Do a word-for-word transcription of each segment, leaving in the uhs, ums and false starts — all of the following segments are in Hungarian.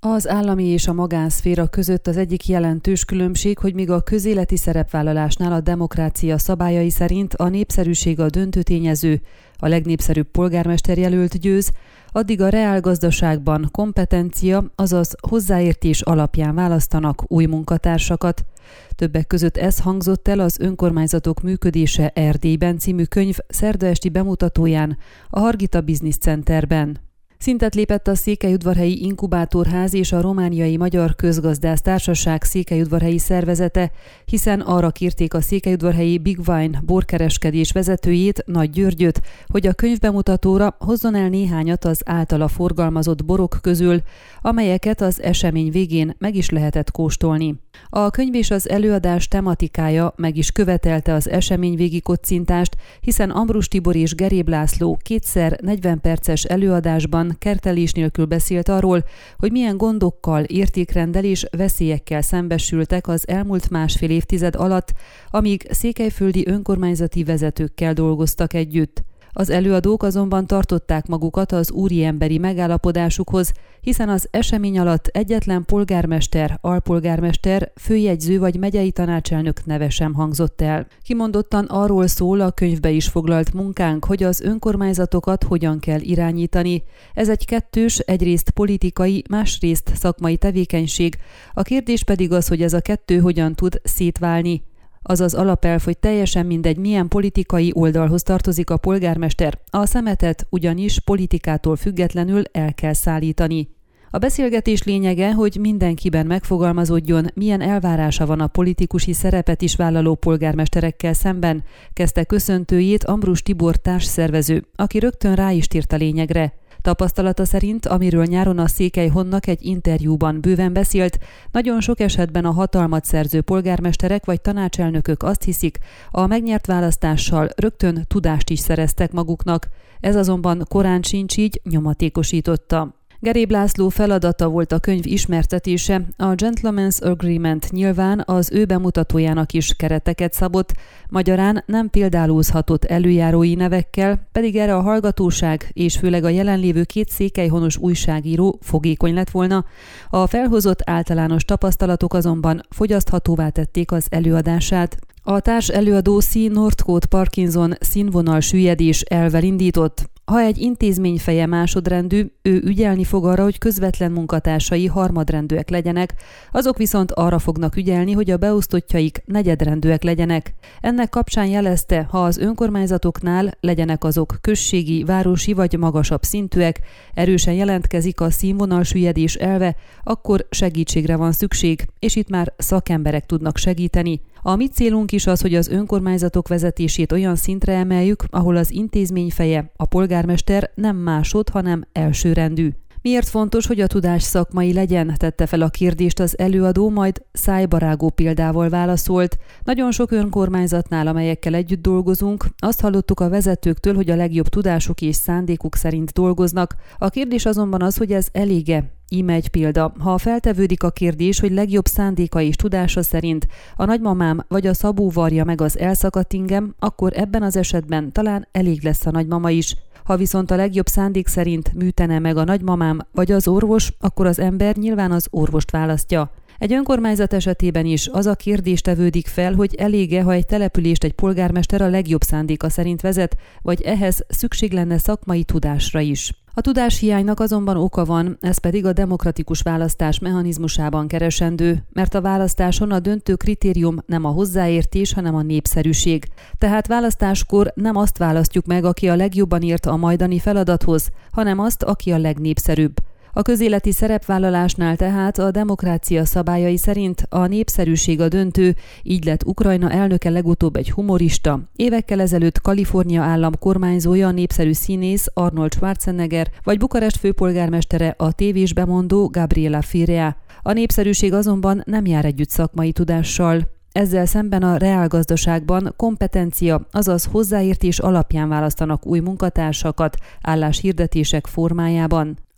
Az állami és a magánszféra között az egyik jelentős különbség, hogy míg a közéleti szerepvállalásnál a demokrácia szabályai szerint a népszerűség a döntő tényező, a legnépszerűbb polgármesterjelölt győz, addig a reálgazdaságban kompetencia, azaz hozzáértés alapján választanak új munkatársakat. Többek között ez hangzott el az Önkormányzatok működése Erdélyben című könyv szerda esti bemutatóján a Hargita Business Centerben. Szintet lépett a Székelyudvarhelyi Inkubátorház és a Romániai Magyar Közgazdász Társaság székelyudvarhelyi szervezete, hiszen arra kérték a székelyudvarhelyi Big Wine borkereskedés vezetőjét, Nagy Györgyöt, hogy a könyvbemutatóra hozzon el néhányat az általa forgalmazott borok közül, amelyeket az esemény végén meg is lehetett kóstolni. A könyv és az előadás tematikája meg is követelte az esemény végi kocintást, hiszen Ambrus Tibor és Geréb László kétszer negyven perces előadásban kertelés nélkül beszélt arról, hogy milyen gondokkal, értékrenddel és veszélyekkel szembesültek az elmúlt másfél évtized alatt, amíg székelyföldi önkormányzati vezetőkkel dolgoztak együtt. Az előadók azonban tartották magukat az úriemberi megállapodásukhoz, hiszen az esemény alatt egyetlen polgármester, alpolgármester, főjegyző vagy megyei tanácselnök neve sem hangzott el. Kimondottan arról szól a könyvbe is foglalt munkánk, hogy az önkormányzatokat hogyan kell irányítani. Ez egy kettős, egyrészt politikai, másrészt szakmai tevékenység. A kérdés pedig az, hogy ez a kettő hogyan tud szétválni. Az az alapelv, hogy teljesen mindegy, milyen politikai oldalhoz tartozik a polgármester, a szemetet ugyanis politikától függetlenül el kell szállítani. A beszélgetés lényege, hogy mindenkiben megfogalmazódjon, milyen elvárása van a politikusi szerepet is vállaló polgármesterekkel szemben, kezdte köszöntőjét Ambrus Tibor társszervező, aki rögtön rá is tért a lényegre. Tapasztalata szerint, amiről nyáron a Székelyhonnak egy interjúban bőven beszélt, nagyon sok esetben a hatalmat szerző polgármesterek vagy tanácselnökök azt hiszik, a megnyert választással rögtön tudást is szereztek maguknak. Ez azonban korán sincs így, nyomatékosította. Geréb László feladata volt a könyv ismertetése, a Gentleman's Agreement nyilván az ő bemutatójának is kereteket szabott, magyarán nem példálózhatott előjárói nevekkel, pedig erre a hallgatóság és főleg a jelenlévő két székelyhonos újságíró fogékony lett volna. A felhozott általános tapasztalatok azonban fogyaszthatóvá tették az előadását. A társ előadó C. Northcote Parkinson színvonal süllyedés elvvel indított. Ha egy intézmény feje másodrendű, ő ügyelni fog arra, hogy közvetlen munkatársai harmadrendűek legyenek, azok viszont arra fognak ügyelni, hogy a beosztottjaik negyedrendűek legyenek. Ennek kapcsán jelezte, ha az önkormányzatoknál, legyenek azok községi, városi vagy magasabb szintűek, erősen jelentkezik a színvonalsüllyedés elve, akkor segítségre van szükség, és itt már szakemberek tudnak segíteni. A mi célunk is az, hogy az önkormányzatok vezetését olyan szintre emeljük, ahol az intézmény feje, a polgármester nem másod, hanem elsőrendű. Miért fontos, hogy a tudás szakmai legyen? Tette fel a kérdést az előadó, majd szájbarágó példával válaszolt. Nagyon sok önkormányzatnál, amelyekkel együtt dolgozunk, azt hallottuk a vezetőktől, hogy a legjobb tudásuk és szándékuk szerint dolgoznak. A kérdés azonban az, hogy ez elége. Íme egy példa. Ha feltevődik a kérdés, hogy legjobb szándéka és tudása szerint a nagymamám vagy a Szabó varja meg az elszakadt ingem, akkor ebben az esetben talán elég lesz a nagymama is. Ha viszont a legjobb szándék szerint műtene meg a nagymamám vagy az orvos, akkor az ember nyilván az orvost választja. Egy önkormányzat esetében is az a kérdés tevődik fel, hogy elége, ha egy települést egy polgármester a legjobb szándéka szerint vezet, vagy ehhez szükség lenne szakmai tudásra is. A tudáshiánynak azonban oka van, ez pedig a demokratikus választás mechanizmusában keresendő, mert a választáson a döntő kritérium nem a hozzáértés, hanem a népszerűség. Tehát választáskor nem azt választjuk meg, aki a legjobban ért a majdani feladathoz, hanem azt, aki a legnépszerűbb. A közéleti szerepvállalásnál tehát a demokrácia szabályai szerint a népszerűség a döntő, így lett Ukrajna elnöke legutóbb egy humorista. Évekkel ezelőtt Kalifornia állam kormányzója a népszerű színész Arnold Schwarzenegger, vagy Bukarest főpolgármestere a tévés bemondó Gabriela Firea. A népszerűség azonban nem jár együtt szakmai tudással. Ezzel szemben a reálgazdaságban kompetencia, azaz hozzáértés alapján választanak új munkatársakat álláshirdetések formájában.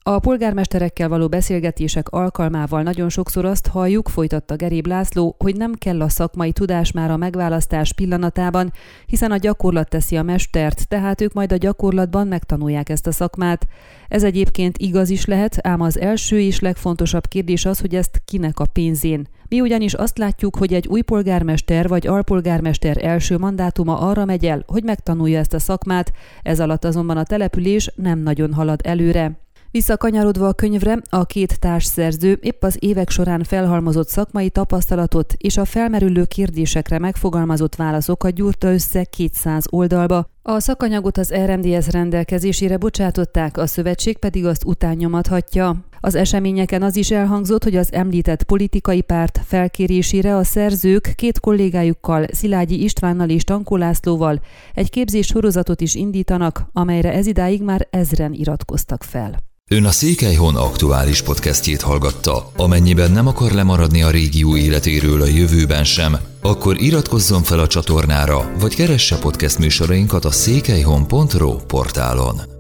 A polgármesterekkel való beszélgetések alkalmával nagyon sokszor azt halljuk, folytatta Geréb László, hogy nem kell a szakmai tudás már a megválasztás pillanatában, hiszen a gyakorlat teszi a mestert, tehát ők majd a gyakorlatban megtanulják ezt a szakmát. Ez egyébként igaz is lehet, ám az első és legfontosabb kérdés az, hogy ezt kinek a pénzén. Mi ugyanis azt látjuk, hogy egy új polgármester vagy alpolgármester első mandátuma arra megy el, hogy megtanulja ezt a szakmát, ez alatt azonban a település nem nagyon halad előre. Visszakanyarodva a könyvre, a két társszerző épp az évek során felhalmozott szakmai tapasztalatot és a felmerülő kérdésekre megfogalmazott válaszokat gyúrta össze kétszáz oldalba. A szakanyagot az er em dé es rendelkezésére bocsátották, a szövetség pedig azt utánnyomathatja. Az eseményeken az is elhangzott, hogy az említett politikai párt felkérésére a szerzők két kollégájukkal, Szilágyi Istvánnal és Tankó Lászlóval egy képzés sorozatot is indítanak, amelyre ezidáig már ezren iratkoztak fel. Ön a Székelyhon aktuális podcastjét hallgatta. Amennyiben nem akar lemaradni a régió életéről a jövőben sem, akkor iratkozzon fel a csatornára, vagy keresse podcast műsorainkat a székelyhon pont ro portálon.